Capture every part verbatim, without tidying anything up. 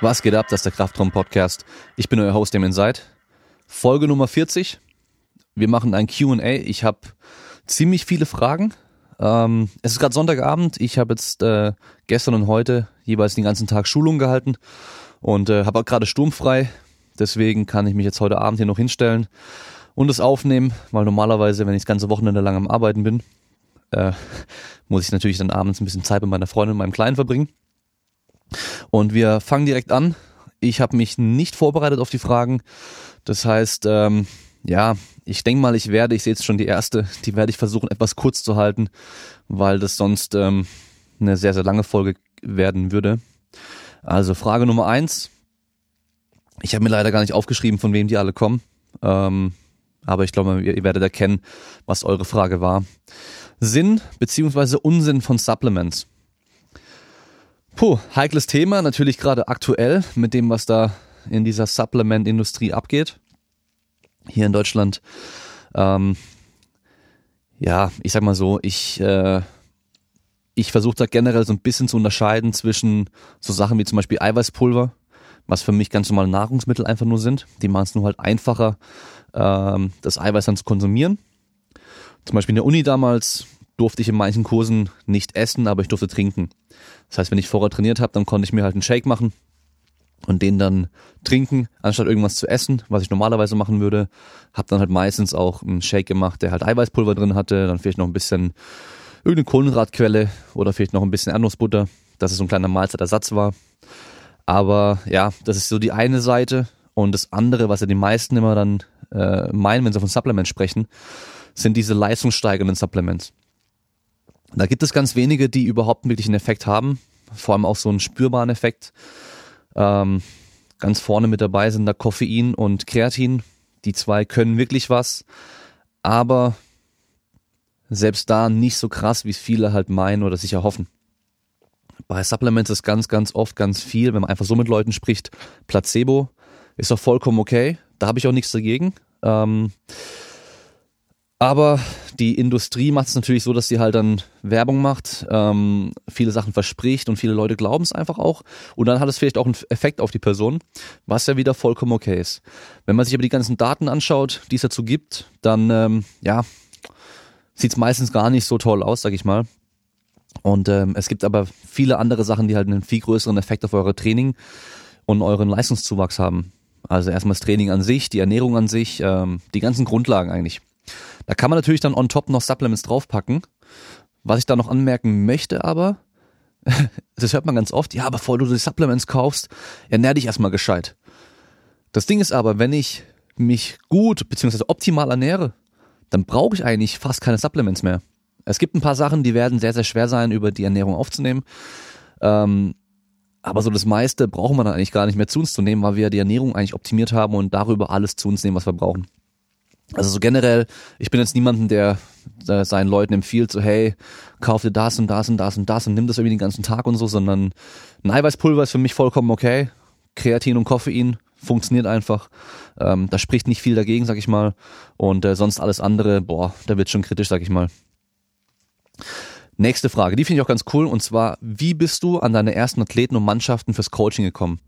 Was geht ab? Das ist der Kraftraum-Podcast. Ich bin euer Host, Damien Seid. Folge Nummer vierzig. Wir machen ein Q und A. Ich habe ziemlich viele Fragen. Ähm, es ist gerade Sonntagabend. Ich habe jetzt äh, gestern und heute jeweils den ganzen Tag Schulung gehalten und äh, habe auch gerade sturmfrei. Deswegen kann ich mich jetzt heute Abend hier noch hinstellen und es aufnehmen, weil normalerweise, wenn ich das ganze Wochenende lang am Arbeiten bin, äh, muss ich natürlich dann abends ein bisschen Zeit mit meiner Freundin und meinem Kleinen verbringen. Und wir fangen direkt an. Ich habe mich nicht vorbereitet auf die Fragen. Das heißt, ähm, ja, ich denke mal, ich werde, ich sehe jetzt schon die erste, die werde ich versuchen etwas kurz zu halten, weil das sonst ähm, eine sehr, sehr lange Folge werden würde. Also Frage Nummer eins. Ich habe mir leider gar nicht aufgeschrieben, von wem die alle kommen. Ähm, aber ich glaube, ihr, ihr werdet erkennen, was eure Frage war. Sinn bzw. Unsinn von Supplements. Puh, heikles Thema, natürlich gerade aktuell mit dem, was da in dieser Supplement-Industrie abgeht. Hier in Deutschland. Ähm, ja, ich sag mal so, ich, äh, ich versuche da generell so ein bisschen zu unterscheiden zwischen so Sachen wie zum Beispiel Eiweißpulver, was für mich ganz normale Nahrungsmittel einfach nur sind. Die machen es nur halt einfacher, ähm, das Eiweiß dann zu konsumieren. Zum Beispiel in der Uni damals durfte ich in manchen Kursen nicht essen, aber ich durfte trinken. Das heißt, wenn ich vorher trainiert habe, dann konnte ich mir halt einen Shake machen und den dann trinken, anstatt irgendwas zu essen, was ich normalerweise machen würde. Hab dann halt meistens auch einen Shake gemacht, der halt Eiweißpulver drin hatte, dann vielleicht noch ein bisschen irgendeine Kohlenhydratquelle oder vielleicht noch ein bisschen Erdnussbutter, dass es so ein kleiner Mahlzeitersatz war. Aber ja, das ist so die eine Seite. Und das andere, was ja die meisten immer dann äh, meinen, wenn sie von Supplements sprechen, sind diese leistungssteigernden Supplements. Da gibt es ganz wenige, die überhaupt wirklich einen Effekt haben, vor allem auch so einen spürbaren Effekt. Ähm, ganz vorne mit dabei sind da Koffein und Kreatin. Die zwei können wirklich was, aber selbst da nicht so krass, wie es viele halt meinen oder sich erhoffen. Bei Supplements ist ganz, ganz oft ganz viel, wenn man einfach so mit Leuten spricht, Placebo ist auch vollkommen okay, da habe ich auch nichts dagegen. Ähm, Aber die Industrie macht es natürlich so, dass sie halt dann Werbung macht, ähm, viele Sachen verspricht und viele Leute glauben es einfach auch. Und dann hat es vielleicht auch einen Effekt auf die Person, was ja wieder vollkommen okay ist. Wenn man sich aber die ganzen Daten anschaut, die es dazu gibt, dann ähm, ja, sieht es meistens gar nicht so toll aus, sag ich mal. Und ähm, es gibt aber viele andere Sachen, die halt einen viel größeren Effekt auf euer Training und euren Leistungszuwachs haben. Also erstmal das Training an sich, die Ernährung an sich, ähm, die ganzen Grundlagen eigentlich. Da kann man natürlich dann on top noch Supplements draufpacken. Was ich da noch anmerken möchte aber, das hört man ganz oft, ja, bevor du die Supplements kaufst, ernähr dich erstmal gescheit. Das Ding ist aber, wenn ich mich gut bzw. optimal ernähre, dann brauche ich eigentlich fast keine Supplements mehr. Es gibt ein paar Sachen, die werden sehr, sehr schwer sein, über die Ernährung aufzunehmen. Ähm, aber so das meiste brauchen wir dann eigentlich gar nicht mehr zu uns zu nehmen, weil wir die Ernährung eigentlich optimiert haben und darüber alles zu uns nehmen, was wir brauchen. Also so generell, ich bin jetzt niemanden, der äh, seinen Leuten empfiehlt, so hey, kauf dir das und das und das und das und nimm das irgendwie den ganzen Tag und so, sondern ein Eiweißpulver ist für mich vollkommen okay. Kreatin und Koffein funktioniert einfach. Ähm, da spricht nicht viel dagegen, sag ich mal. Und äh, sonst alles andere, boah, da wird schon kritisch, sag ich mal. Nächste Frage, die finde ich auch ganz cool, und zwar, wie bist du an deine ersten Athleten und Mannschaften fürs Coaching gekommen?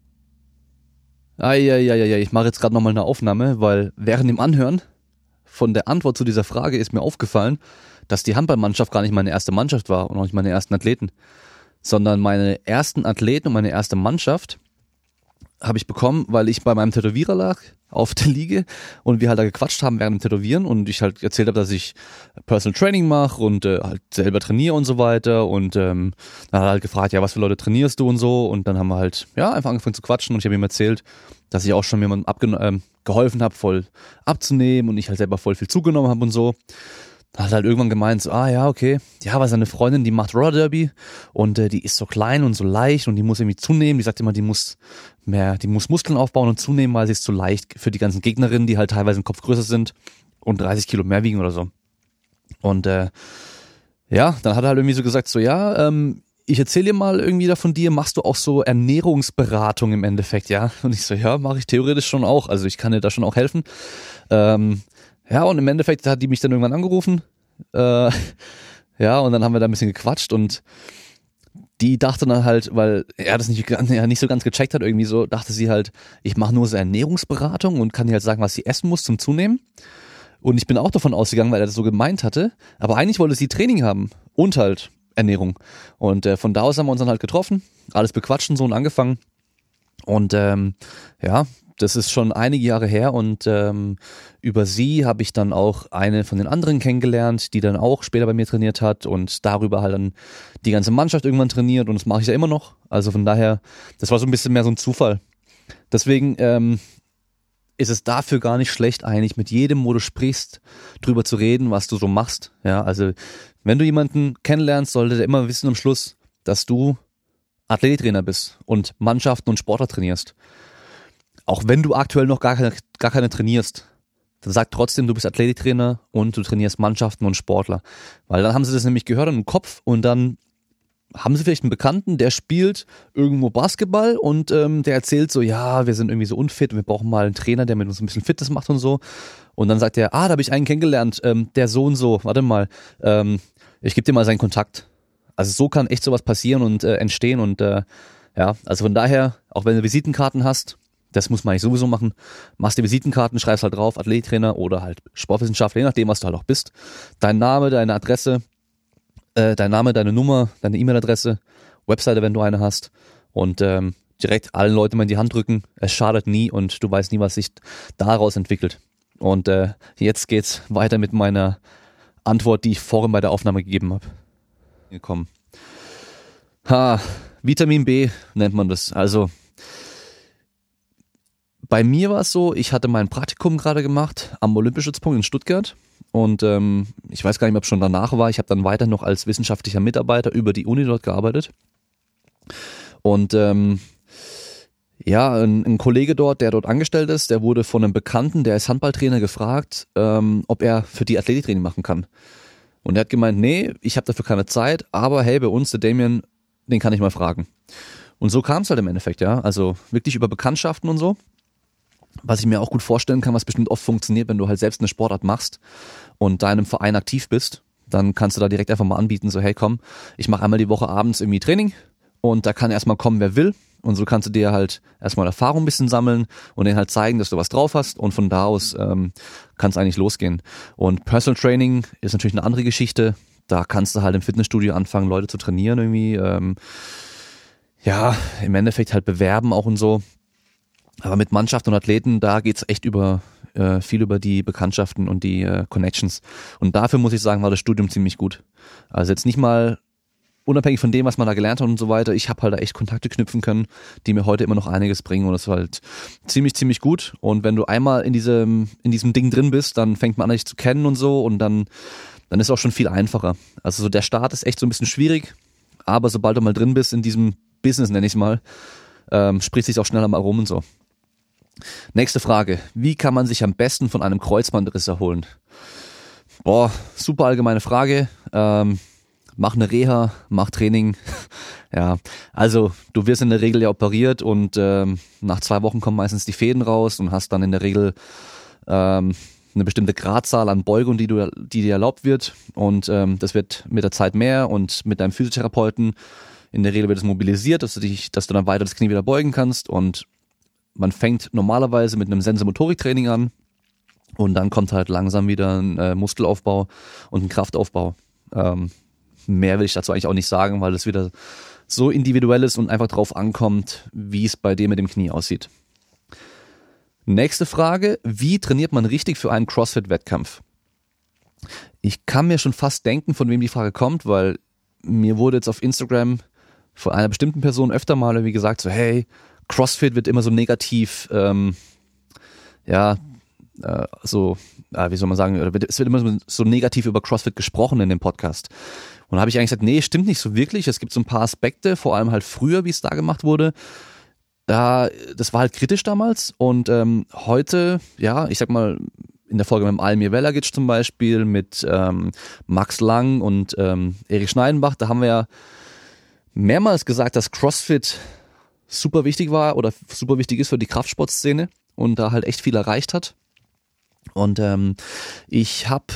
Eieieiei, ich mache jetzt gerade nochmal eine Aufnahme, weil während dem Anhören von der Antwort zu dieser Frage ist mir aufgefallen, dass die Handballmannschaft gar nicht meine erste Mannschaft war und auch nicht meine ersten Athleten, sondern meine ersten Athleten und meine erste Mannschaft habe ich bekommen, weil ich bei meinem Tätowierer lag auf der Liege und wir halt da gequatscht haben während dem Tätowieren und ich halt erzählt habe, dass ich Personal Training mache und äh, halt selber trainiere und so weiter, und ähm, dann hat er halt gefragt, ja, was für Leute trainierst du und so, und dann haben wir halt ja einfach angefangen zu quatschen und ich habe ihm erzählt, dass ich auch schon jemandem abgen- ähm, geholfen habe, voll abzunehmen und ich halt selber voll viel zugenommen habe und so. Da hat er halt irgendwann gemeint, so, ah ja, okay, ja, aber seine Freundin, die macht Roller Derby und äh, die ist so klein und so leicht und die muss irgendwie zunehmen. Die sagt immer, die muss mehr, die muss Muskeln aufbauen und zunehmen, weil sie ist zu leicht für die ganzen Gegnerinnen, die halt teilweise im Kopf größer sind und dreißig Kilo mehr wiegen oder so. Und äh, ja, dann hat er halt irgendwie so gesagt, so ja, ähm, ich erzähle dir mal irgendwie da von dir, machst du auch so Ernährungsberatung im Endeffekt, ja? Und ich so, ja, mache ich theoretisch schon auch, also ich kann dir da schon auch helfen. Ähm, ja, und im Endeffekt hat die mich dann irgendwann angerufen, äh, ja, und dann haben wir da ein bisschen gequatscht und die dachte dann halt, weil er das nicht, ja, nicht so ganz gecheckt hat, irgendwie so, dachte sie halt, ich mache nur so Ernährungsberatung und kann ihr halt sagen, was sie essen muss zum Zunehmen. Und ich bin auch davon ausgegangen, weil er das so gemeint hatte. Aber eigentlich wollte sie Training haben und halt Ernährung. Und äh, von da aus haben wir uns dann halt getroffen, alles bequatscht und so und angefangen. Und ähm, ja, das ist schon einige Jahre her und ähm, über sie habe ich dann auch eine von den anderen kennengelernt, die dann auch später bei mir trainiert hat und darüber halt dann die ganze Mannschaft irgendwann trainiert und das mache ich ja immer noch. Also von daher, das war so ein bisschen mehr so ein Zufall. Deswegen ähm, ist es dafür gar nicht schlecht, eigentlich mit jedem, wo du sprichst, drüber zu reden, was du so machst. Ja, also wenn du jemanden kennenlernst, sollte der immer wissen am Schluss, dass du Athletiktrainer bist und Mannschaften und Sportler trainierst. Auch wenn du aktuell noch gar keine, gar keine trainierst, dann sag trotzdem, du bist Athletiktrainer und du trainierst Mannschaften und Sportler. Weil dann haben sie das nämlich gehört im Kopf und dann haben sie vielleicht einen Bekannten, der spielt irgendwo Basketball und ähm, der erzählt so, ja, wir sind irgendwie so unfit und wir brauchen mal einen Trainer, der mit uns ein bisschen Fitness macht und so. Und dann sagt er, ah, da habe ich einen kennengelernt, ähm, der so und so, warte mal, ähm, ich gebe dir mal seinen Kontakt. Also so kann echt sowas passieren und äh, entstehen und äh, ja, also von daher, auch wenn du Visitenkarten hast, das muss man eigentlich sowieso machen, machst die Visitenkarten, schreibst halt drauf, Athletiktrainer oder halt Sportwissenschaftler, je nachdem, was du halt auch bist, dein Name, deine Adresse, äh, dein Name, deine Nummer, deine E-Mail-Adresse, Webseite, wenn du eine hast und ähm, direkt allen Leuten mal in die Hand drücken, es schadet nie und du weißt nie, was sich daraus entwickelt. Und äh, jetzt geht's weiter mit meiner Antwort, die ich vorhin bei der Aufnahme gegeben habe. Gekommen. Ha, Vitamin B nennt man das. Also bei mir war es so, ich hatte mein Praktikum gerade gemacht am Olympischstützpunkt in Stuttgart und ähm, ich weiß gar nicht mehr, ob es schon danach war. Ich habe dann weiter noch als wissenschaftlicher Mitarbeiter über die Uni dort gearbeitet und ähm, ja, ein, ein Kollege dort, der dort angestellt ist, der wurde von einem Bekannten, der ist Handballtrainer, gefragt, ähm, ob er für die Athletiktraining machen kann. Und er hat gemeint, nee, ich habe dafür keine Zeit, aber hey, bei uns, der Damien, den kann ich mal fragen. Und so kam es halt im Endeffekt, ja, also wirklich über Bekanntschaften und so. Was ich mir auch gut vorstellen kann, was bestimmt oft funktioniert, wenn du halt selbst eine Sportart machst und da in einem Verein aktiv bist, dann kannst du da direkt einfach mal anbieten, so hey komm, ich mache einmal die Woche abends irgendwie Training und da kann erstmal kommen, wer will und so kannst du dir halt erstmal Erfahrung ein bisschen sammeln und denen halt zeigen, dass du was drauf hast und von da aus ähm, kann es eigentlich losgehen. Und Personal Training ist natürlich eine andere Geschichte, da kannst du halt im Fitnessstudio anfangen, Leute zu trainieren irgendwie, ähm, ja, im Endeffekt halt bewerben auch und so. Aber mit Mannschaft und Athleten, da geht's echt über äh, viel über die Bekanntschaften und die äh, Connections. Und dafür muss ich sagen, war das Studium ziemlich gut. Also jetzt nicht mal unabhängig von dem, was man da gelernt hat und so weiter. Ich habe halt da echt Kontakte knüpfen können, die mir heute immer noch einiges bringen. Und das war halt ziemlich, ziemlich gut. Und wenn du einmal in diesem in diesem Ding drin bist, dann fängt man an, dich zu kennen und so. Und dann dann ist es auch schon viel einfacher. Also so der Start ist echt so ein bisschen schwierig. Aber sobald du mal drin bist in diesem Business, nenne ich es mal, ähm, spricht sich auch schneller mal rum und so. Nächste Frage. Wie kann man sich am besten von einem Kreuzbandriss erholen? Boah, super allgemeine Frage. Ähm, mach eine Reha, mach Training. Ja, also du wirst in der Regel ja operiert und ähm, nach zwei Wochen kommen meistens die Fäden raus und hast dann in der Regel ähm, eine bestimmte Gradzahl an Beugung, die, du, die dir erlaubt wird. Und ähm, das wird mit der Zeit mehr und mit deinem Physiotherapeuten in der Regel wird es mobilisiert, dass du dich, dass du dann weiter das Knie wieder beugen kannst und man fängt normalerweise mit einem Sensomotoriktraining an und dann kommt halt langsam wieder ein äh, Muskelaufbau und ein Kraftaufbau. Ähm, mehr will ich dazu eigentlich auch nicht sagen, weil es wieder so individuell ist und einfach drauf ankommt, wie es bei dir mit dem Knie aussieht. Nächste Frage, wie trainiert man richtig für einen CrossFit-Wettkampf? Ich kann mir schon fast denken, von wem die Frage kommt, weil mir wurde jetzt auf Instagram von einer bestimmten Person öfter mal wie gesagt, so hey, CrossFit wird immer so negativ, ähm, ja, äh, so, äh, wie soll man sagen, es wird immer so negativ über CrossFit gesprochen in dem Podcast. Und da habe ich eigentlich gesagt, nee, stimmt nicht so wirklich. Es gibt so ein paar Aspekte, vor allem halt früher, wie es da gemacht wurde. Da, das war halt kritisch damals und ähm, heute, ja, ich sag mal, in der Folge mit dem Almir Velagic zum Beispiel, mit ähm, Max Lang und ähm, Erich Schneidenbach, da haben wir ja mehrmals gesagt, dass CrossFit super wichtig war oder super wichtig ist für die Kraftsportszene und da halt echt viel erreicht hat. Und ähm, ich habe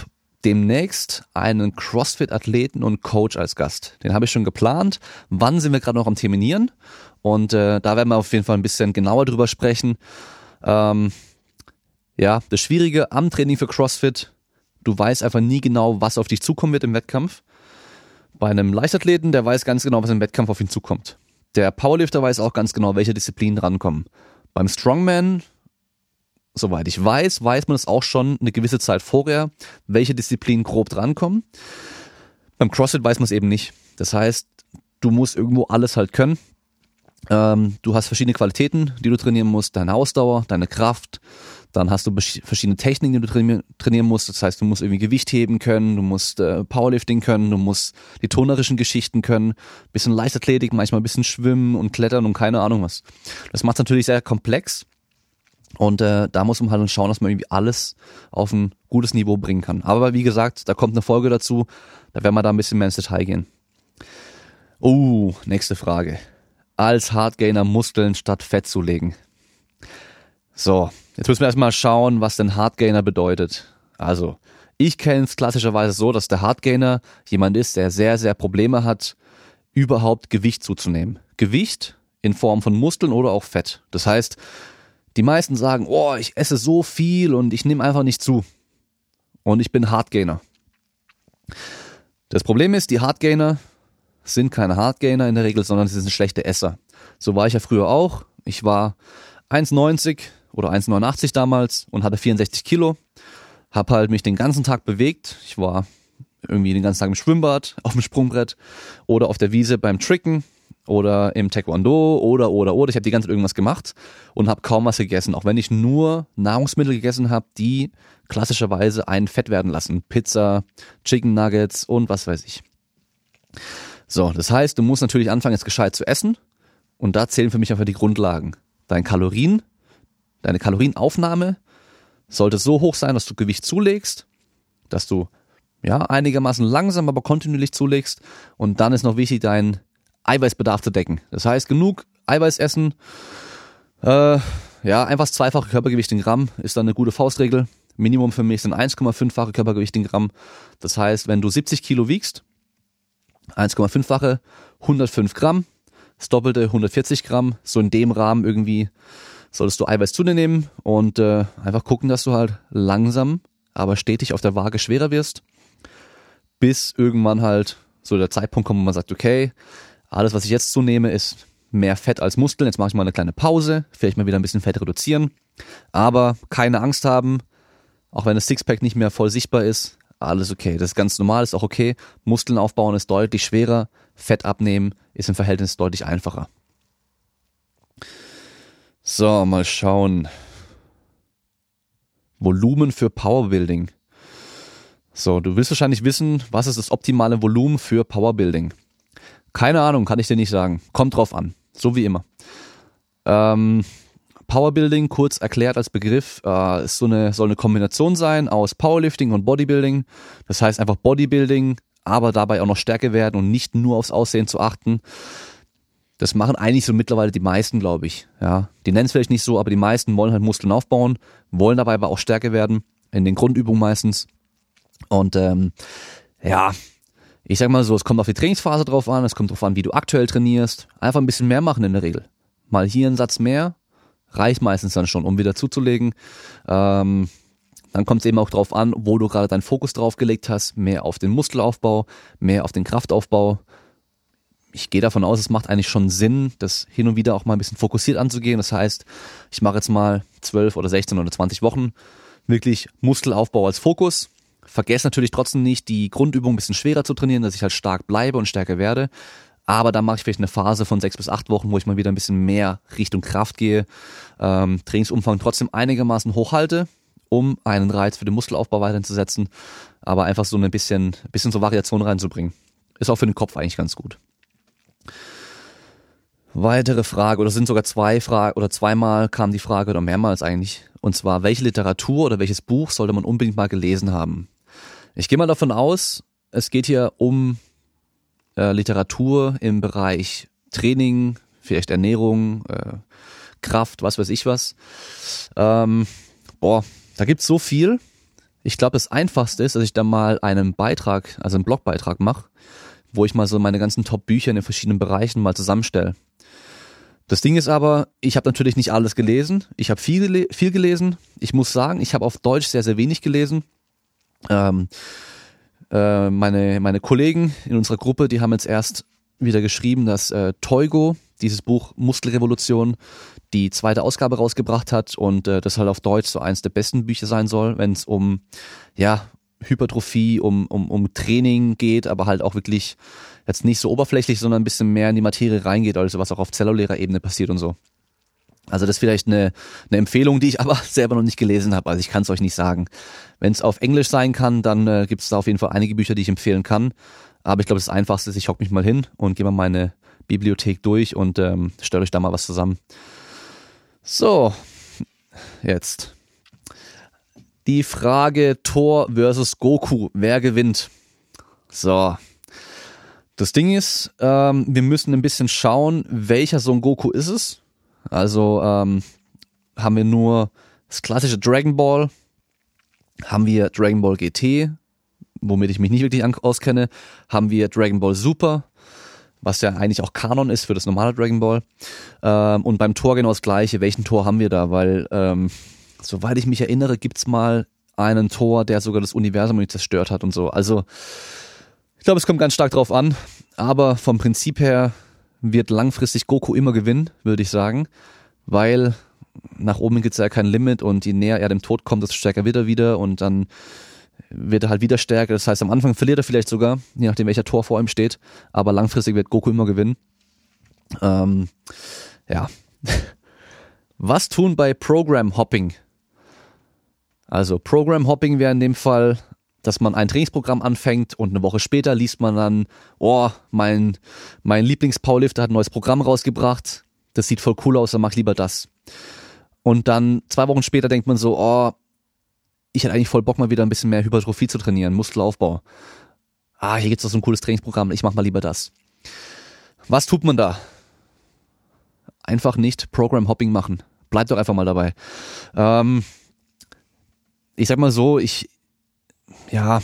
demnächst einen CrossFit-Athleten und Coach als Gast. Den habe ich schon geplant. Wann sind wir gerade noch am Terminieren? Und äh, da werden wir auf jeden Fall ein bisschen genauer drüber sprechen. Ähm, ja, das Schwierige am Training für CrossFit, du weißt einfach nie genau, was auf dich zukommen wird im Wettkampf. Bei einem Leichtathleten, der weiß ganz genau, was im Wettkampf auf ihn zukommt. Der Powerlifter weiß auch ganz genau, welche Disziplinen drankommen. Beim Strongman, soweit ich weiß, weiß man es auch schon eine gewisse Zeit vorher, welche Disziplinen grob drankommen. Beim CrossFit weiß man es eben nicht. Das heißt, du musst irgendwo alles halt können. Ähm, du hast verschiedene Qualitäten, die du trainieren musst. Deine Ausdauer, deine Kraft. Dann hast du verschiedene Techniken, die du trainieren musst. Das heißt, du musst irgendwie Gewicht heben können, du musst äh, Powerlifting können, du musst die turnerischen Geschichten können, bisschen Leichtathletik, manchmal ein bisschen Schwimmen und Klettern und keine Ahnung was. Das macht es natürlich sehr komplex und äh, da muss man halt schauen, dass man irgendwie alles auf ein gutes Niveau bringen kann. Aber wie gesagt, da kommt eine Folge dazu, da werden wir da ein bisschen mehr ins Detail gehen. Oh, nächste Frage. Als Hardgainer Muskeln statt Fett zulegen. So, jetzt müssen wir erstmal schauen, was denn Hardgainer bedeutet. Also, ich kenne es klassischerweise so, dass der Hardgainer jemand ist, der sehr, sehr Probleme hat, überhaupt Gewicht zuzunehmen. Gewicht in Form von Muskeln oder auch Fett. Das heißt, die meisten sagen, oh, ich esse so viel und ich nehme einfach nicht zu. Und ich bin Hardgainer. Das Problem ist, die Hardgainer sind keine Hardgainer in der Regel, sondern sie sind schlechte Esser. So war ich ja früher auch. Ich war eins neunzig oder eins neunundachtzig damals und hatte vierundsechzig Kilo. Hab halt mich den ganzen Tag bewegt. Ich war irgendwie den ganzen Tag im Schwimmbad, auf dem Sprungbrett oder auf der Wiese beim Tricken oder im Taekwondo oder, oder, oder. Ich habe die ganze Zeit irgendwas gemacht und habe kaum was gegessen. Auch wenn ich nur Nahrungsmittel gegessen habe, die klassischerweise einen fett werden lassen. Pizza, Chicken Nuggets und was weiß ich. So, das heißt, du musst natürlich anfangen, jetzt gescheit zu essen. Und da zählen für mich einfach die Grundlagen. Deine Kalorien, deine Kalorienaufnahme sollte so hoch sein, dass du Gewicht zulegst, dass du ja einigermaßen langsam, aber kontinuierlich zulegst. Und dann ist noch wichtig, deinen Eiweißbedarf zu decken. Das heißt, genug Eiweiß essen, äh, ja, einfach das zweifache Körpergewicht in Gramm ist dann eine gute Faustregel. Minimum für mich sind eins Komma fünffache Körpergewicht in Gramm. Das heißt, wenn du siebzig Kilo wiegst, eins Komma fünffache, hundertfünf Gramm, das Doppelte hundertvierzig Gramm, so in dem Rahmen irgendwie solltest du Eiweiß zu dir nehmen und äh, einfach gucken, dass du halt langsam, aber stetig auf der Waage schwerer wirst, bis irgendwann halt so der Zeitpunkt kommt, wo man sagt, okay, alles, was ich jetzt zunehme, ist mehr Fett als Muskeln, jetzt mache ich mal eine kleine Pause, vielleicht mal wieder ein bisschen Fett reduzieren, aber keine Angst haben, auch wenn das Sixpack nicht mehr voll sichtbar ist, alles okay, das ist ganz normal, ist auch okay, Muskeln aufbauen ist deutlich schwerer, Fett abnehmen ist im Verhältnis deutlich einfacher. So, mal schauen. Volumen für Powerbuilding. So, du willst wahrscheinlich wissen, was ist das optimale Volumen für Powerbuilding? Keine Ahnung, kann ich dir nicht sagen. Kommt drauf an, so wie immer. Ähm, Powerbuilding, kurz erklärt als Begriff, äh, ist so eine, soll eine Kombination sein aus Powerlifting und Bodybuilding. Das heißt einfach Bodybuilding, aber dabei auch noch Stärke werden und nicht nur aufs Aussehen zu achten. Das machen eigentlich so mittlerweile die meisten, glaube ich. Ja, die nennen es vielleicht nicht so, aber die meisten wollen halt Muskeln aufbauen, wollen dabei aber auch Stärke werden, in den Grundübungen meistens. Und ähm, ja, ich sag mal so, es kommt auf die Trainingsphase drauf an, es kommt drauf an, wie du aktuell trainierst. Einfach ein bisschen mehr machen in der Regel. Mal hier einen Satz mehr, reicht meistens dann schon, um wieder zuzulegen. Ähm, dann kommt es eben auch drauf an, wo du gerade deinen Fokus drauf gelegt hast. Mehr auf den Muskelaufbau, mehr auf den Kraftaufbau. Ich gehe davon aus, es macht eigentlich schon Sinn, das hin und wieder auch mal ein bisschen fokussiert anzugehen. Das heißt, ich mache jetzt mal zwölf oder sechzehn oder zwanzig Wochen wirklich Muskelaufbau als Fokus. Vergesse natürlich trotzdem nicht, die Grundübung ein bisschen schwerer zu trainieren, dass ich halt stark bleibe und stärker werde. Aber dann mache ich vielleicht eine Phase von sechs bis acht Wochen, wo ich mal wieder ein bisschen mehr Richtung Kraft gehe, ähm, Trainingsumfang trotzdem einigermaßen hochhalte, um einen Reiz für den Muskelaufbau weiterhin zu setzen, aber einfach so ein bisschen, bisschen so Variation reinzubringen. Ist auch für den Kopf eigentlich ganz gut. Weitere Frage, oder sind sogar zwei Fragen, oder zweimal kam die Frage, oder mehrmals eigentlich, und zwar, welche Literatur oder welches Buch sollte man unbedingt mal gelesen haben? Ich gehe mal davon aus, es geht hier um äh, Literatur im Bereich Training, vielleicht Ernährung, äh, Kraft, was weiß ich was. Ähm, boah, da gibt's so viel. Ich glaube, das Einfachste ist, dass ich da mal einen Beitrag, also einen Blogbeitrag mache, wo ich mal so meine ganzen Top-Bücher in den verschiedenen Bereichen mal zusammenstelle. Das Ding ist aber, ich habe natürlich nicht alles gelesen. Ich habe viel, gele- viel gelesen. Ich muss sagen, ich habe auf Deutsch sehr, sehr wenig gelesen. Ähm, äh, meine, meine Kollegen in unserer Gruppe, die haben jetzt erst wieder geschrieben, dass äh, Teugo, dieses Buch Muskelrevolution, die zweite Ausgabe rausgebracht hat und äh, das halt auf Deutsch so eins der besten Bücher sein soll, wenn es um ja Hypertrophie, um, um, um Training geht, aber halt auch wirklich jetzt nicht so oberflächlich, sondern ein bisschen mehr in die Materie reingeht, also was auch auf zellulärer Ebene passiert und so. Also das ist vielleicht eine, eine Empfehlung, die ich aber selber noch nicht gelesen habe, also ich kann es euch nicht sagen. Wenn es auf Englisch sein kann, dann äh, gibt es da auf jeden Fall einige Bücher, die ich empfehlen kann, aber ich glaube, das Einfachste ist, ich hocke mich mal hin und gehe mal meine Bibliothek durch und ähm, stelle euch da mal was zusammen. So, jetzt die Frage Thor versus Goku, wer gewinnt? So, das Ding ist, ähm, wir müssen ein bisschen schauen, welcher Son Goku ist es. Also ähm, haben wir nur das klassische Dragon Ball, haben wir Dragon Ball G T, womit ich mich nicht wirklich an- auskenne, haben wir Dragon Ball Super, was ja eigentlich auch Kanon ist für das normale Dragon Ball. Ähm, und beim Tor genau das gleiche. Welchen Tor haben wir da? Weil, ähm, soweit ich mich erinnere, gibt's mal einen Tor, der sogar das Universum nicht zerstört hat und so. Also, ich glaube, es kommt ganz stark drauf an. Aber vom Prinzip her wird langfristig Goku immer gewinnen, würde ich sagen. Weil nach oben gibt's ja kein Limit und je näher er dem Tod kommt, desto stärker wird er wieder und dann wird er halt wieder stärker. Das heißt, am Anfang verliert er vielleicht sogar, je nachdem welcher Tor vor ihm steht, aber langfristig wird Goku immer gewinnen. Ähm, ja. Was tun bei Program Hopping? Also Program Hopping wäre in dem Fall, dass man ein Trainingsprogramm anfängt und eine Woche später liest man dann, oh, mein, mein Lieblings-Powerlifter hat ein neues Programm rausgebracht, das sieht voll cool aus, dann mach ich lieber das. Und dann zwei Wochen später denkt man so, oh, ich hätte eigentlich voll Bock, mal wieder ein bisschen mehr Hypertrophie zu trainieren, Muskelaufbau. Ah, hier gibt's doch so ein cooles Trainingsprogramm, ich mach mal lieber das. Was tut man da? Einfach nicht Program Hopping machen. Bleibt doch einfach mal dabei. Ähm, ich sag mal so, ich, ja,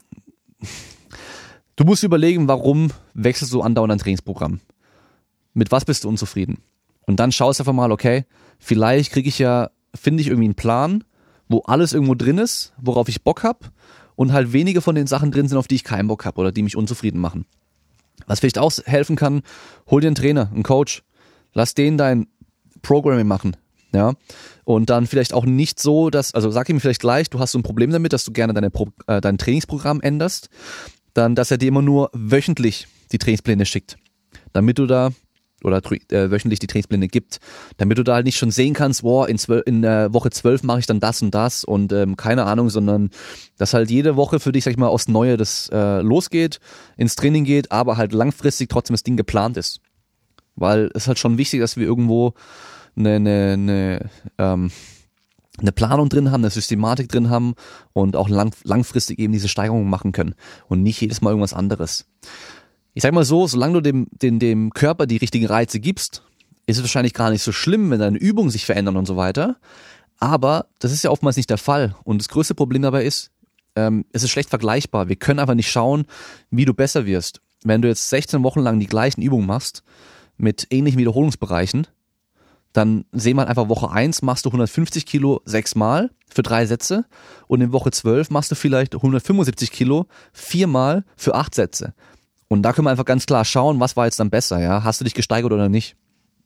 du musst überlegen, warum wechselst du andauernd ein Trainingsprogramm? Mit was bist du unzufrieden? Und dann schaust du einfach mal, okay, vielleicht kriege ich ja, finde ich irgendwie einen Plan, wo alles irgendwo drin ist, worauf ich Bock habe und halt wenige von den Sachen drin sind, auf die ich keinen Bock habe oder die mich unzufrieden machen. Was vielleicht auch helfen kann, hol dir einen Trainer, einen Coach, lass den dein Programming machen, ja, und dann vielleicht auch nicht so, dass, also sag ihm vielleicht gleich, du hast so ein Problem damit, dass du gerne deine Pro, äh, dein Trainingsprogramm änderst, dann, dass er dir immer nur wöchentlich die Trainingspläne schickt, damit du da oder äh, wöchentlich die Trainingspläne gibt, damit du da halt nicht schon sehen kannst, boah, in, zwölf, in äh, Woche zwölf mache ich dann das und das und ähm, keine Ahnung, sondern dass halt jede Woche für dich, sag ich mal, aufs Neue das äh, losgeht, ins Training geht, aber halt langfristig trotzdem das Ding geplant ist. Weil es ist halt schon wichtig, dass wir irgendwo eine, eine, eine, ähm, eine Planung drin haben, eine Systematik drin haben und auch lang, langfristig eben diese Steigerungen machen können und nicht jedes Mal irgendwas anderes. Ich sag mal so, solange du dem, dem, dem Körper die richtigen Reize gibst, ist es wahrscheinlich gar nicht so schlimm, wenn deine Übungen sich verändern und so weiter. Aber das ist ja oftmals nicht der Fall. Und das größte Problem dabei ist, ähm, es ist schlecht vergleichbar. Wir können einfach nicht schauen, wie du besser wirst. Wenn du jetzt sechzehn Wochen lang die gleichen Übungen machst, mit ähnlichen Wiederholungsbereichen, dann sehen wir einfach, Woche eins machst du hundertfünfzig Kilo sechsmal für drei Sätze und in Woche zwölf machst du vielleicht hundertfünfundsiebzig Kilo viermal für acht Sätze. Und da können wir einfach ganz klar schauen, was war jetzt dann besser, ja? Hast du dich gesteigert oder nicht?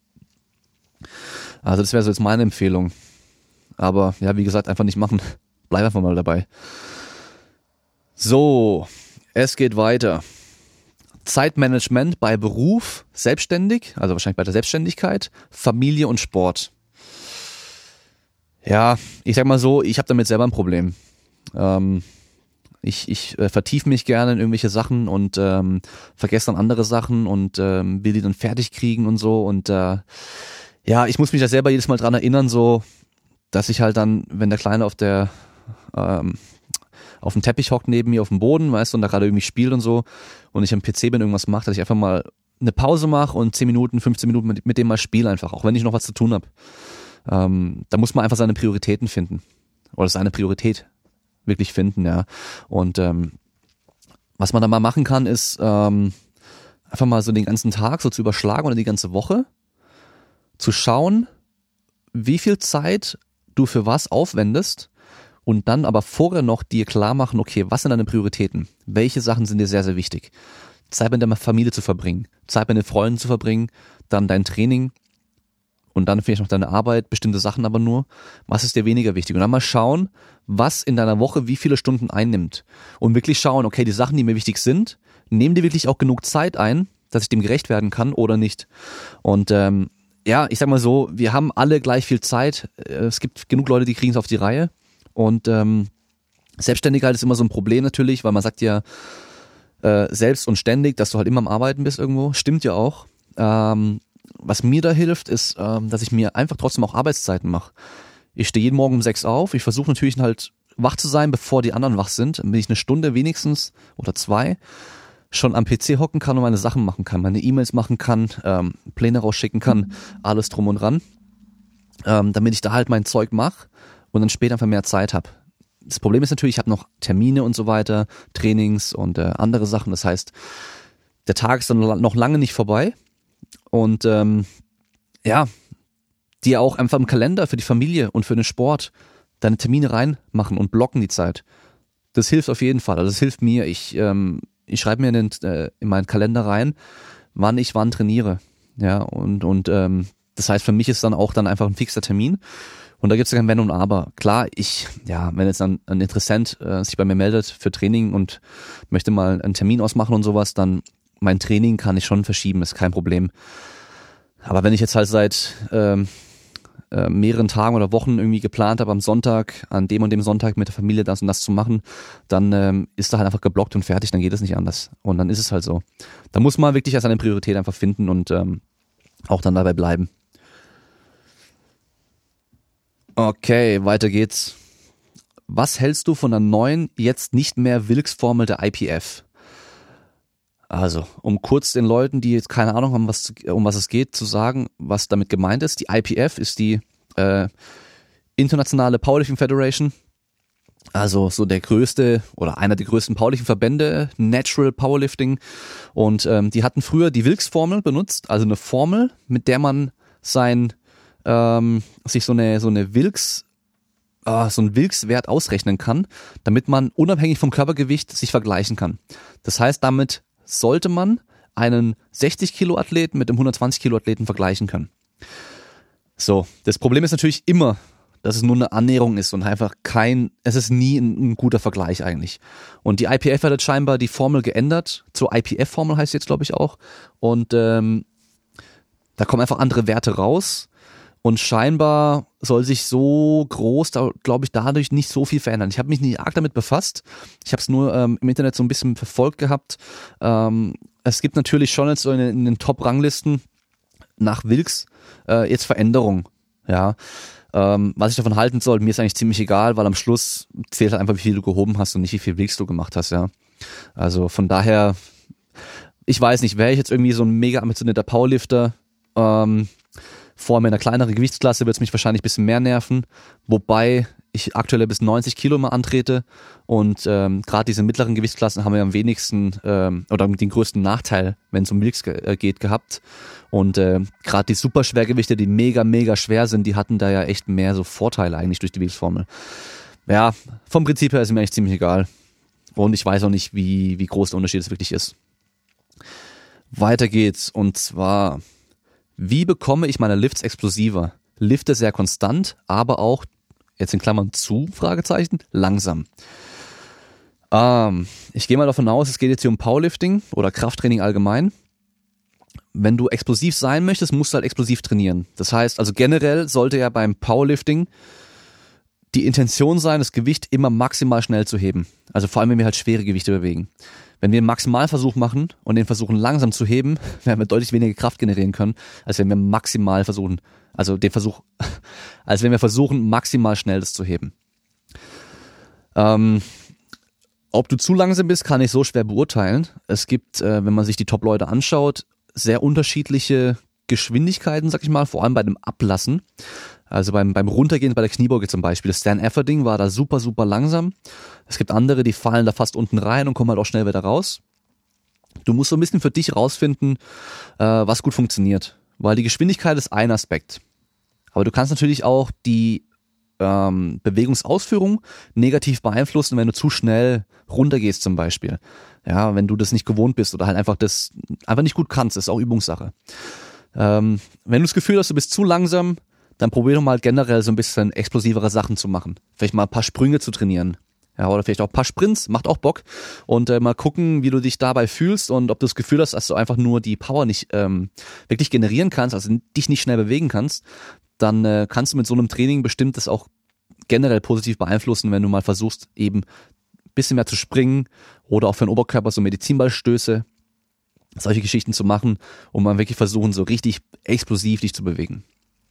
Also das wäre so jetzt meine Empfehlung. Aber ja, wie gesagt, einfach nicht machen. Bleib einfach mal dabei. So, es geht weiter. Zeitmanagement bei Beruf, selbstständig, also wahrscheinlich bei der Selbstständigkeit, Familie und Sport. Ja, ich sag mal so, ich habe damit selber ein Problem. Ähm, Ich, ich äh, vertiefe mich gerne in irgendwelche Sachen und ähm, vergesse dann andere Sachen und ähm, will die dann fertig kriegen und so. Und äh, ja, ich muss mich da selber jedes Mal dran erinnern, so, dass ich halt dann, wenn der Kleine auf der ähm, auf dem Teppich hockt neben mir auf dem Boden, weißt du, und da gerade irgendwie spielt und so und ich am P C bin, irgendwas mache, dass ich einfach mal eine Pause mache und zehn Minuten, fünfzehn Minuten mit, mit dem mal spiele einfach, auch wenn ich noch was zu tun habe. Ähm, da muss man einfach seine Prioritäten finden. Oder seine Priorität wirklich finden, ja. Und ähm, was man da mal machen kann, ist ähm, einfach mal so den ganzen Tag so zu überschlagen oder die ganze Woche, zu schauen, wie viel Zeit du für was aufwendest und dann aber vorher noch dir klar machen, okay, was sind deine Prioritäten? Welche Sachen sind dir sehr, sehr wichtig? Zeit mit deiner Familie zu verbringen, Zeit mit den Freunden zu verbringen, dann dein Training und dann vielleicht noch deine Arbeit, bestimmte Sachen aber nur. Was ist dir weniger wichtig? Und dann mal schauen, was in deiner Woche wie viele Stunden einnimmt. Und wirklich schauen, okay, die Sachen, die mir wichtig sind, nehmen dir wirklich auch genug Zeit ein, dass ich dem gerecht werden kann oder nicht. Und ähm, ja, ich sag mal so, wir haben alle gleich viel Zeit. Es gibt genug Leute, die kriegen es auf die Reihe. Und ähm, Selbstständigkeit ist immer so ein Problem natürlich, weil man sagt ja äh, selbst und ständig, dass du halt immer am Arbeiten bist irgendwo. Stimmt ja auch. Ähm, was mir da hilft, ist, ähm, dass ich mir einfach trotzdem auch Arbeitszeiten mache. Ich stehe jeden Morgen um sechs auf. Ich versuche natürlich halt wach zu sein, bevor die anderen wach sind, damit ich eine Stunde wenigstens oder zwei schon am P C hocken kann und meine Sachen machen kann, meine E-Mails machen kann, ähm, Pläne rausschicken kann, alles drum und dran, ähm, damit ich da halt mein Zeug mache und dann später einfach mehr Zeit habe. Das Problem ist natürlich, ich habe noch Termine und so weiter, Trainings und äh, andere Sachen. Das heißt, der Tag ist dann noch lange nicht vorbei und ähm, ja, dir auch einfach im Kalender für die Familie und für den Sport deine Termine reinmachen und blocken die Zeit. Das hilft auf jeden Fall. Also das hilft mir. Ich ähm, ich schreibe mir in, den, äh, in meinen Kalender rein, wann ich wann trainiere. Ja, und und ähm, das heißt, für mich ist dann auch dann einfach ein fixer Termin. Und da gibt es ja kein Wenn und Aber. Klar, ich, ja, wenn jetzt dann ein Interessent äh, sich bei mir meldet für Training und möchte mal einen Termin ausmachen und sowas, dann mein Training kann ich schon verschieben, ist kein Problem. Aber wenn ich jetzt halt seit ähm, äh, mehreren Tagen oder Wochen irgendwie geplant habe, am Sonntag, an dem und dem Sonntag mit der Familie das und das zu machen, dann ähm, ist da halt einfach geblockt und fertig, dann geht es nicht anders. Und dann ist es halt so. Da muss man wirklich als eine Priorität einfach finden und ähm, auch dann dabei bleiben. Okay, weiter geht's. Was hältst du von der neuen, jetzt nicht mehr Wilks-Formel der I P F? Also, um kurz den Leuten, die jetzt keine Ahnung haben, was, um was es geht, zu sagen, was damit gemeint ist. Die I P F ist die äh, Internationale Powerlifting Federation, also so der größte oder einer der größten Powerlifting-Verbände, Natural Powerlifting. Und ähm, die hatten früher die Wilks-Formel benutzt, also eine Formel, mit der man sein ähm, sich so eine so eine Wilks äh, so einen Wilks-Wert ausrechnen kann, damit man unabhängig vom Körpergewicht sich vergleichen kann. Das heißt, damit sollte man einen sechzig Kilo Athleten mit einem hundertzwanzig Kilo Athleten vergleichen können. So, das Problem ist natürlich immer, dass es nur eine Annäherung ist und einfach kein, es ist nie ein, ein guter Vergleich eigentlich. Und die I P F hat jetzt scheinbar die Formel geändert, zur I P F-Formel heißt sie jetzt, glaube ich, auch. Und ähm, da kommen einfach andere Werte raus. Und scheinbar soll sich so groß, da, glaube ich, dadurch nicht so viel verändern. Ich habe mich nicht arg damit befasst. Ich habe es nur ähm, im Internet so ein bisschen verfolgt gehabt. Ähm, es gibt natürlich schon jetzt so in, in den Top-Ranglisten nach Wilks äh, jetzt Veränderungen. Ja, ähm, was ich davon halten soll, mir ist eigentlich ziemlich egal, weil am Schluss zählt halt einfach, wie viel du gehoben hast und nicht, wie viel Wilks du gemacht hast. Ja, also von daher, ich weiß nicht, wäre ich jetzt irgendwie so ein mega ambitionierter Powerlifter, ähm, vor allem in einer kleineren Gewichtsklasse wird es mich wahrscheinlich ein bisschen mehr nerven, wobei ich aktuell bis neunzig Kilo immer antrete und ähm, gerade diese mittleren Gewichtsklassen haben wir am wenigsten ähm, oder den größten Nachteil, wenn es um Wilks ge- geht, gehabt. Und äh, gerade die Superschwergewichte, die mega, mega schwer sind, die hatten da ja echt mehr so Vorteile eigentlich durch die Wilks-Formel. Ja, vom Prinzip her ist mir eigentlich ziemlich egal. Und ich weiß auch nicht, wie, wie groß der Unterschied es wirklich ist. Weiter geht's und zwar: Wie bekomme ich meine Lifts explosiver? Lifte sehr konstant, aber auch, jetzt in Klammern zu, Fragezeichen, langsam. Ähm, ich gehe mal davon aus, es geht jetzt hier um Powerlifting oder Krafttraining allgemein. Wenn du explosiv sein möchtest, musst du halt explosiv trainieren. Das heißt, also generell sollte ja beim Powerlifting die Intention sein, das Gewicht immer maximal schnell zu heben. Also vor allem, wenn wir halt schwere Gewichte bewegen. Wenn wir einen Maximalversuch machen und den versuchen langsam zu heben, werden wir deutlich weniger Kraft generieren können, als wenn wir maximal versuchen, also den Versuch, als wenn wir versuchen, maximal schnell das zu heben. Ähm, ob du zu langsam bist, kann ich so schwer beurteilen. Es gibt, äh, wenn man sich die Top-Leute anschaut, sehr unterschiedliche Geschwindigkeiten, sag ich mal, vor allem bei dem Ablassen. Also beim, beim Runtergehen bei der Kniebeuge zum Beispiel. Das Stan Efferding war da super, super langsam. Es gibt andere, die fallen da fast unten rein und kommen halt auch schnell wieder raus. Du musst so ein bisschen für dich rausfinden, äh, was gut funktioniert. Weil die Geschwindigkeit ist ein Aspekt. Aber du kannst natürlich auch die ähm, Bewegungsausführung negativ beeinflussen, wenn du zu schnell runtergehst zum Beispiel. Ja, wenn du das nicht gewohnt bist oder halt einfach das einfach nicht gut kannst, das ist auch Übungssache. Ähm, wenn du das Gefühl hast, du bist zu langsam, dann probier doch mal generell so ein bisschen explosivere Sachen zu machen. Vielleicht mal ein paar Sprünge zu trainieren. Ja, oder vielleicht auch ein paar Sprints, macht auch Bock. Und äh, mal gucken, wie du dich dabei fühlst und ob du das Gefühl hast, dass du einfach nur die Power nicht ähm, wirklich generieren kannst, also dich nicht schnell bewegen kannst, dann äh, kannst du mit so einem Training bestimmt das auch generell positiv beeinflussen, wenn du mal versuchst, eben ein bisschen mehr zu springen oder auch für den Oberkörper so Medizinballstöße, solche Geschichten zu machen, um mal wirklich versuchen, so richtig explosiv dich zu bewegen.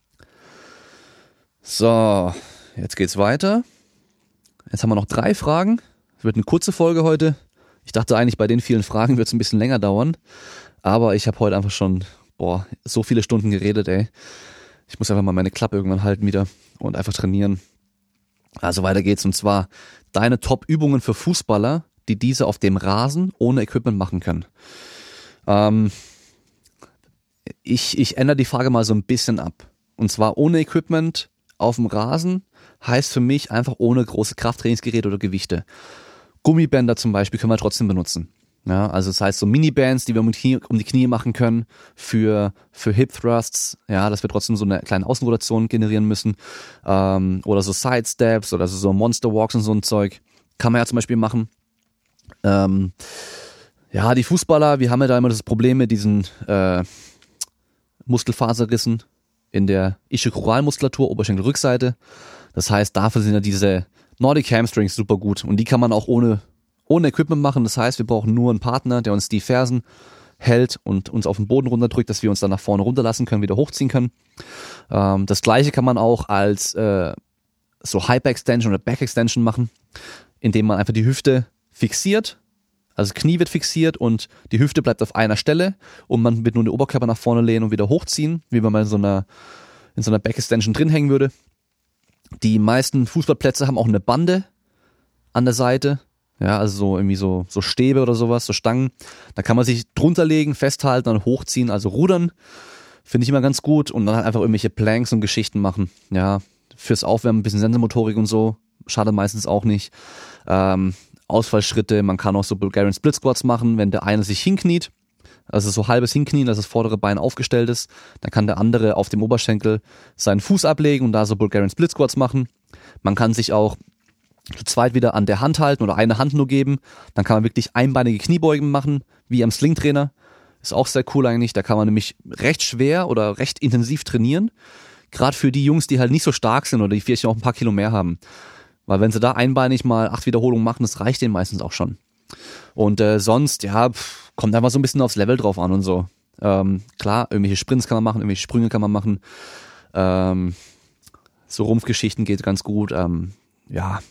So, jetzt geht's weiter. Jetzt haben wir noch drei Fragen. Es wird eine kurze Folge heute. Ich dachte eigentlich, bei den vielen Fragen wird es ein bisschen länger dauern. Aber ich habe heute einfach schon, boah, so viele Stunden geredet, ey. Ich muss einfach mal meine Klappe irgendwann halten wieder und einfach trainieren. Also weiter geht's. Und zwar deine Top-Übungen für Fußballer, die diese auf dem Rasen ohne Equipment machen können. Ähm, ich, ich ändere die Frage mal so ein bisschen ab. Und zwar ohne Equipment auf dem Rasen heißt für mich einfach ohne große Krafttrainingsgeräte oder Gewichte. Gummibänder zum Beispiel können wir trotzdem benutzen. Ja, also das heißt so Mini-Bands, die wir um die Knie, um die Knie machen können für, für Hip-Thrusts, ja, dass wir trotzdem so eine kleine Außenrotation generieren müssen. Ähm, oder so Side-Steps oder so Monster-Walks und so ein Zeug. Kann man ja zum Beispiel machen. Ähm, ja, die Fußballer, wir haben ja da immer das Problem mit diesen äh, Muskelfaserrissen in der Ischikoralmuskulatur, Oberschenkelrückseite. Das heißt, dafür sind ja diese Nordic Hamstrings super gut und die kann man auch ohne, ohne Equipment machen. Das heißt, wir brauchen nur einen Partner, der uns die Fersen hält und uns auf den Boden runterdrückt, dass wir uns dann nach vorne runterlassen können, wieder hochziehen können. Ähm, das gleiche kann man auch als äh, so Hyper-Extension oder Back-Extension machen, indem man einfach die Hüfte fixiert. Also das Knie wird fixiert und die Hüfte bleibt auf einer Stelle und man wird nur den Oberkörper nach vorne lehnen und wieder hochziehen, wie wenn man in so einer, in so einer Back-Extension drin hängen würde. Die meisten Fußballplätze haben auch eine Bande an der Seite, ja, also so irgendwie so, so Stäbe oder sowas, so Stangen. Da kann man sich drunter legen, festhalten und hochziehen, also rudern. Finde ich immer ganz gut und dann halt einfach irgendwelche Planks und Geschichten machen, ja, fürs Aufwärmen ein bisschen Sensormotorik und so, schadet meistens auch nicht. Ähm, Ausfallschritte, man kann auch so Bulgarian Split Squats machen, wenn der eine sich hinkniet, also so halbes Hinknien, dass das vordere Bein aufgestellt ist, dann kann der andere auf dem Oberschenkel seinen Fuß ablegen und da so Bulgarian Split Squats machen. Man kann sich auch zu zweit wieder an der Hand halten oder eine Hand nur geben, dann kann man wirklich einbeinige Kniebeugen machen, wie am Slingtrainer. Ist auch sehr cool eigentlich, da kann man nämlich recht schwer oder recht intensiv trainieren, gerade für die Jungs, die halt nicht so stark sind oder die vielleicht auch ein paar Kilo mehr haben. Weil wenn sie da einbeinig mal acht Wiederholungen machen, das reicht denen meistens auch schon. Und äh, sonst, ja, pff, kommt einfach so ein bisschen aufs Level drauf an und so. Ähm, klar, irgendwelche Sprints kann man machen, irgendwelche Sprünge kann man machen. Ähm, so Rumpfgeschichten geht ganz gut. Ähm, ja,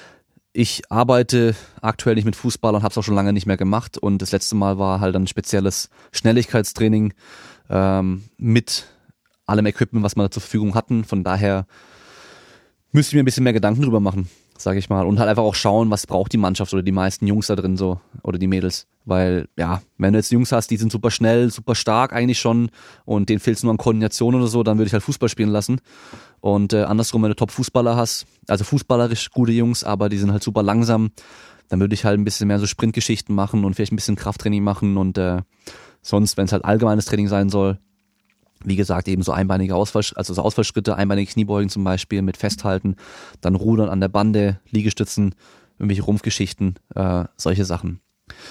ich arbeite aktuell nicht mit Fußball und habe es auch schon lange nicht mehr gemacht. Und das letzte Mal war halt ein spezielles Schnelligkeitstraining ähm, mit allem Equipment, was wir zur Verfügung hatten. Von daher müsste ich mir ein bisschen mehr Gedanken drüber machen, sage ich mal. Und halt einfach auch schauen, was braucht die Mannschaft oder die meisten Jungs da drin so oder die Mädels. Weil, ja, wenn du jetzt Jungs hast, die sind super schnell, super stark eigentlich schon und denen fehlt es nur an Koordination oder so, dann würde ich halt Fußball spielen lassen. Und äh, andersrum, wenn du Top-Fußballer hast, also fußballerisch gute Jungs, aber die sind halt super langsam, dann würde ich halt ein bisschen mehr so Sprintgeschichten machen und vielleicht ein bisschen Krafttraining machen und äh, sonst, wenn es halt allgemeines Training sein soll, wie gesagt, eben so einbeinige Ausfall, also so Ausfallschritte, einbeinige Kniebeugen zum Beispiel mit Festhalten, dann Rudern an der Bande, Liegestützen, irgendwelche Rumpfgeschichten, äh, solche Sachen.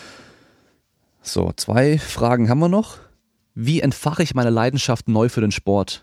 So, zwei Fragen haben wir noch. Wie entfache ich meine Leidenschaft neu für den Sport?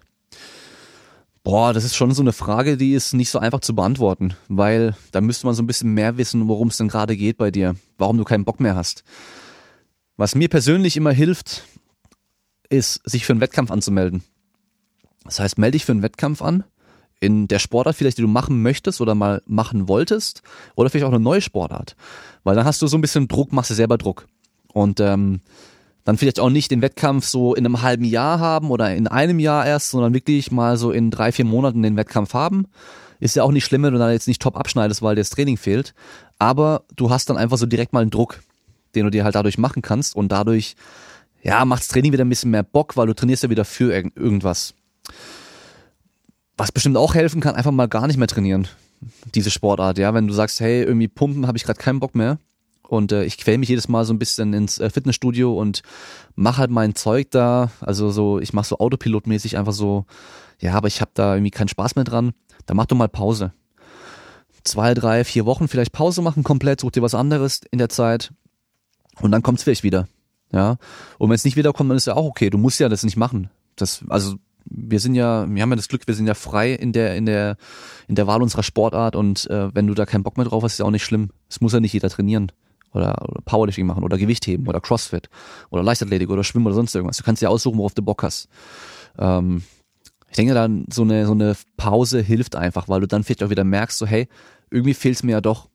Boah, das ist schon so eine Frage, die ist nicht so einfach zu beantworten, weil da müsste man so ein bisschen mehr wissen, worum es denn gerade geht bei dir, warum du keinen Bock mehr hast. Was mir persönlich immer hilft, ist, sich für einen Wettkampf anzumelden. Das heißt, melde dich für einen Wettkampf an, in der Sportart vielleicht, die du machen möchtest oder mal machen wolltest, oder vielleicht auch eine neue Sportart. Weil dann hast du so ein bisschen Druck, machst du selber Druck. Und ähm, dann vielleicht auch nicht den Wettkampf so in einem halben Jahr haben oder in einem Jahr erst, sondern wirklich mal so in drei, vier Monaten den Wettkampf haben. Ist ja auch nicht schlimm, wenn du dann jetzt nicht top abschneidest, weil dir das Training fehlt. Aber du hast dann einfach so direkt mal einen Druck, den du dir halt dadurch machen kannst. Und dadurch, ja, macht das Training wieder ein bisschen mehr Bock, weil du trainierst ja wieder für irg- irgendwas. Was bestimmt auch helfen kann, einfach mal gar nicht mehr trainieren. Diese Sportart, ja. Wenn du sagst, hey, irgendwie pumpen habe ich gerade keinen Bock mehr. Und äh, ich quäl mich jedes Mal so ein bisschen ins äh, Fitnessstudio und mache halt mein Zeug da. Also so, ich mache so autopilotmäßig einfach so, ja, aber ich habe da irgendwie keinen Spaß mehr dran. Dann mach doch mal Pause. Zwei, drei, vier Wochen vielleicht Pause machen komplett, such dir was anderes in der Zeit und dann kommt's vielleicht wieder. Ja. Und wenn es nicht wiederkommt, dann ist ja auch okay. Du musst ja das nicht machen. Das, also wir sind ja, wir haben ja das Glück, wir sind ja frei in der, in der, in der Wahl unserer Sportart und äh, wenn du da keinen Bock mehr drauf hast, ist ja auch nicht schlimm. Es muss ja nicht jeder trainieren oder, oder Powerlifting machen oder Gewichtheben oder Crossfit oder Leichtathletik oder Schwimmen oder sonst irgendwas. Du kannst ja aussuchen, worauf du Bock hast. Ähm, Ich denke dann, so eine, so eine Pause hilft einfach, weil du dann vielleicht auch wieder merkst, so hey, irgendwie fehlt's mir ja doch.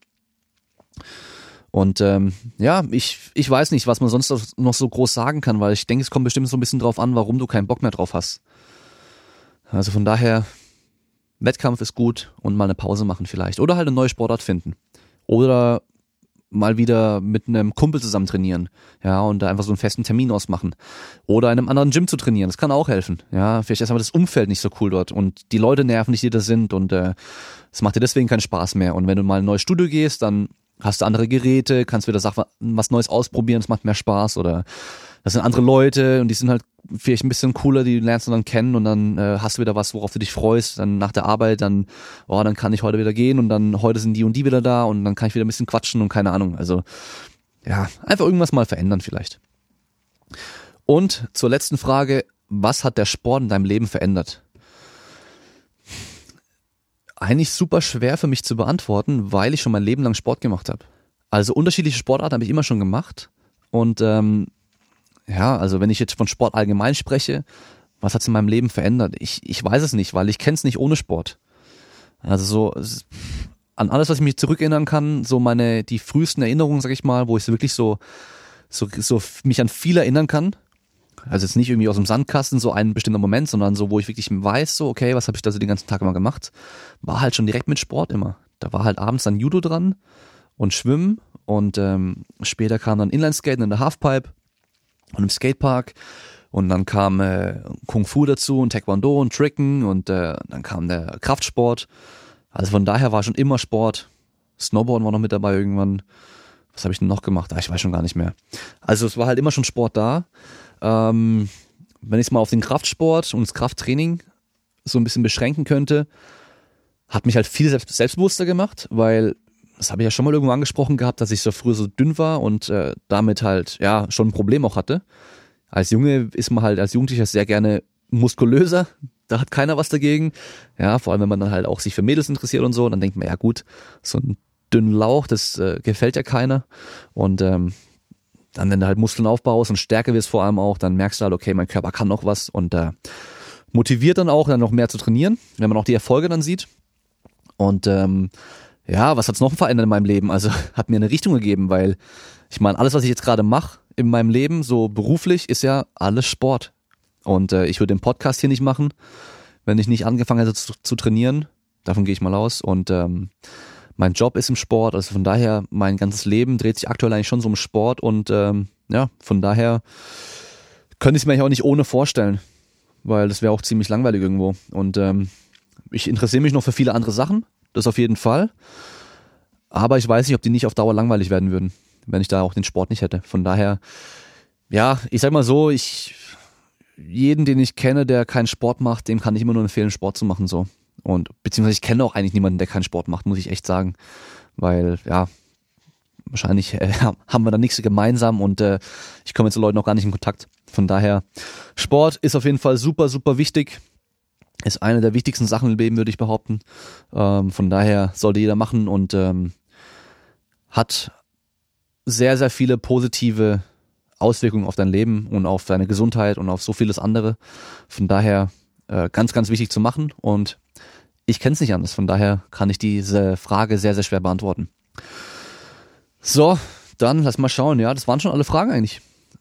Und ähm, ja, ich, ich weiß nicht, was man sonst noch so groß sagen kann, weil ich denke, es kommt bestimmt so ein bisschen drauf an, warum du keinen Bock mehr drauf hast. Also von daher, Wettkampf ist gut und mal eine Pause machen vielleicht. Oder halt eine neue Sportart finden. Oder mal wieder mit einem Kumpel zusammen trainieren, ja, und da einfach so einen festen Termin ausmachen. Oder in einem anderen Gym zu trainieren, das kann auch helfen, ja. Vielleicht ist aber das Umfeld nicht so cool dort und die Leute nerven nicht, die da sind und äh, es macht dir deswegen keinen Spaß mehr. Und wenn du mal in ein neues Studio gehst, dann hast du andere Geräte, kannst wieder Sachen, was Neues ausprobieren, das macht mehr Spaß. Oder das sind andere Leute und die sind halt vielleicht ein bisschen cooler, die lernst du dann kennen und dann äh, hast du wieder was, worauf du dich freust. Dann nach der Arbeit, dann, oh, dann kann ich heute wieder gehen und dann heute sind die und die wieder da und dann kann ich wieder ein bisschen quatschen und keine Ahnung. Also ja, einfach irgendwas mal verändern vielleicht. Und zur letzten Frage, was hat der Sport in deinem Leben verändert? Eigentlich super schwer für mich zu beantworten, weil ich schon mein Leben lang Sport gemacht habe. Also unterschiedliche Sportarten habe ich immer schon gemacht und ähm, ja, also wenn ich jetzt von Sport allgemein spreche, was hat's in meinem Leben verändert? Ich, ich weiß es nicht, weil ich kenne es nicht ohne Sport. Also so an alles, was ich mich zurückerinnern kann, so meine die frühesten Erinnerungen, sag ich mal, wo ich so wirklich so so so mich an viel erinnern kann. Also jetzt nicht irgendwie aus dem Sandkasten so ein bestimmter Moment, sondern so, wo ich wirklich weiß, so okay, was habe ich da so den ganzen Tag immer gemacht, war halt schon direkt mit Sport immer. Da war halt abends dann Judo dran und Schwimmen und ähm, später kam dann Inlineskaten in der Halfpipe und im Skatepark und dann kam äh, Kung Fu dazu und Taekwondo und Tricken und äh, dann kam der Kraftsport. Also von daher war schon immer Sport. Snowboarden war noch mit dabei irgendwann. Was habe ich denn noch gemacht? Ah, ich weiß schon gar nicht mehr. Also es war halt immer schon Sport da. Ähm, wenn ich es mal auf den Kraftsport und das Krafttraining so ein bisschen beschränken könnte, hat mich halt viel selbst, selbstbewusster gemacht, weil das habe ich ja schon mal irgendwo angesprochen gehabt, dass ich so früher so dünn war und äh, damit halt ja schon ein Problem auch hatte. Als Junge ist man halt als Jugendlicher sehr gerne muskulöser, da hat keiner was dagegen. Ja, vor allem wenn man dann halt auch sich für Mädels interessiert und so, dann denkt man, ja gut, so ein dünnen Lauch, das äh, gefällt ja keiner. Und ähm, dann, wenn du halt Muskeln aufbaust und stärker wirst vor allem auch, dann merkst du halt, okay, mein Körper kann noch was und äh, motiviert dann auch, dann noch mehr zu trainieren, wenn man auch die Erfolge dann sieht. Und ähm, ja, was hat's noch verändert in meinem Leben? Also hat mir eine Richtung gegeben, weil ich meine, alles, was ich jetzt gerade mache in meinem Leben, so beruflich, ist ja alles Sport. Und äh, ich würde den Podcast hier nicht machen, wenn ich nicht angefangen hätte zu, zu trainieren. Davon gehe ich mal aus. Und ähm, mein Job ist im Sport, also von daher, mein ganzes Leben dreht sich aktuell eigentlich schon so um Sport und ähm, ja, von daher könnte ich es mir eigentlich auch nicht ohne vorstellen, weil das wäre auch ziemlich langweilig irgendwo. Und ähm, ich interessiere mich noch für viele andere Sachen, das auf jeden Fall, aber ich weiß nicht, ob die nicht auf Dauer langweilig werden würden, wenn ich da auch den Sport nicht hätte. Von daher, ja, ich sag mal so, ich jeden, den ich kenne, der keinen Sport macht, dem kann ich immer nur empfehlen, Sport zu machen so. Und beziehungsweise ich kenne auch eigentlich niemanden, der keinen Sport macht, muss ich echt sagen, weil ja, wahrscheinlich äh, haben wir da nichts gemeinsam und äh, ich komme mit so Leuten auch gar nicht in Kontakt. Von daher, Sport ist auf jeden Fall super, super wichtig, ist eine der wichtigsten Sachen im Leben, würde ich behaupten. Ähm, von daher sollte jeder machen und ähm, hat sehr, sehr viele positive Auswirkungen auf dein Leben und auf deine Gesundheit und auf so vieles andere. Von daher äh, ganz, ganz wichtig zu machen und ich kenne es nicht anders, von daher kann ich diese Frage sehr, sehr schwer beantworten. So, dann lass mal schauen. Ja, das waren schon alle Fragen eigentlich.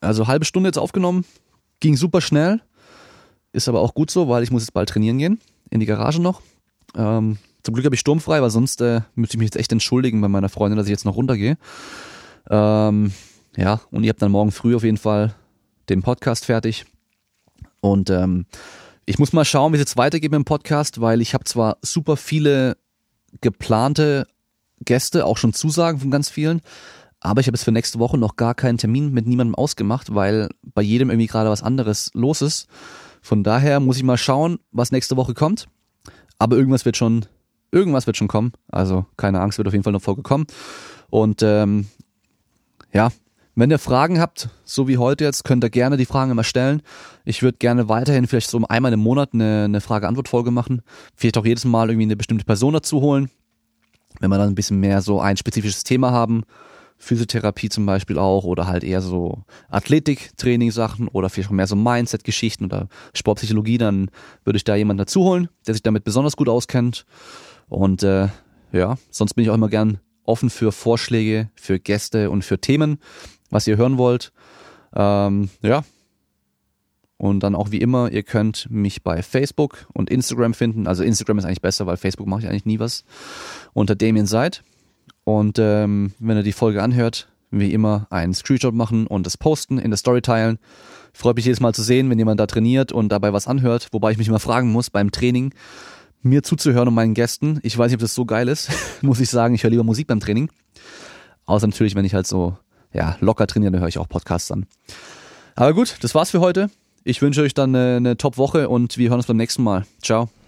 also halbe Stunde jetzt aufgenommen, ging super schnell, ist aber auch gut so, weil ich muss jetzt bald trainieren gehen, in die Garage noch. Ähm, zum Glück habe ich sturmfrei, weil sonst äh, müsste ich mich jetzt echt entschuldigen bei meiner Freundin, dass ich jetzt noch runtergehe. Ähm, ja, und ihr habt dann morgen früh auf jeden Fall den Podcast fertig. Und ähm, ich muss mal schauen, wie es jetzt weitergeht mit dem Podcast, weil ich habe zwar super viele geplante Gäste, auch schon Zusagen von ganz vielen, aber ich habe jetzt für nächste Woche noch gar keinen Termin mit niemandem ausgemacht, weil bei jedem irgendwie gerade was anderes los ist. Von daher muss ich mal schauen, was nächste Woche kommt. Aber irgendwas wird schon, irgendwas wird schon kommen. Also keine Angst, wird auf jeden Fall noch vorgekommen. Und ähm, ja, wenn ihr Fragen habt, so wie heute jetzt, könnt ihr gerne die Fragen immer stellen. Ich würde gerne weiterhin vielleicht so einmal im Monat eine, eine Frage-Antwort-Folge machen. Vielleicht auch jedes Mal irgendwie eine bestimmte Person dazu holen. Wenn wir dann ein bisschen mehr so ein spezifisches Thema haben, Physiotherapie zum Beispiel auch oder halt eher so Athletik-Training-Sachen oder vielleicht auch mehr so Mindset-Geschichten oder Sportpsychologie, dann würde ich da jemanden dazu holen, der sich damit besonders gut auskennt. Und äh, ja, sonst bin ich auch immer gern offen für Vorschläge, für Gäste und für Themen, was ihr hören wollt. Ähm, ja. Und dann auch wie immer, ihr könnt mich bei Facebook und Instagram finden. Also Instagram ist eigentlich besser, weil Facebook mache ich eigentlich nie was. Unter Damien Seid. Und ähm, wenn ihr die Folge anhört, wie immer einen Screenshot machen und das posten, in der Story teilen. Freut mich jedes Mal zu sehen, wenn jemand da trainiert und dabei was anhört. Wobei ich mich immer fragen muss, beim Training mir zuzuhören und meinen Gästen. Ich weiß nicht, ob das so geil ist. Muss ich sagen, ich höre lieber Musik beim Training. Außer natürlich, wenn ich halt so ja locker trainiere, dann höre ich auch Podcasts an. Aber gut, das war's für heute. Ich wünsche euch dann eine, eine Top-Woche und wir hören uns beim nächsten Mal. Ciao.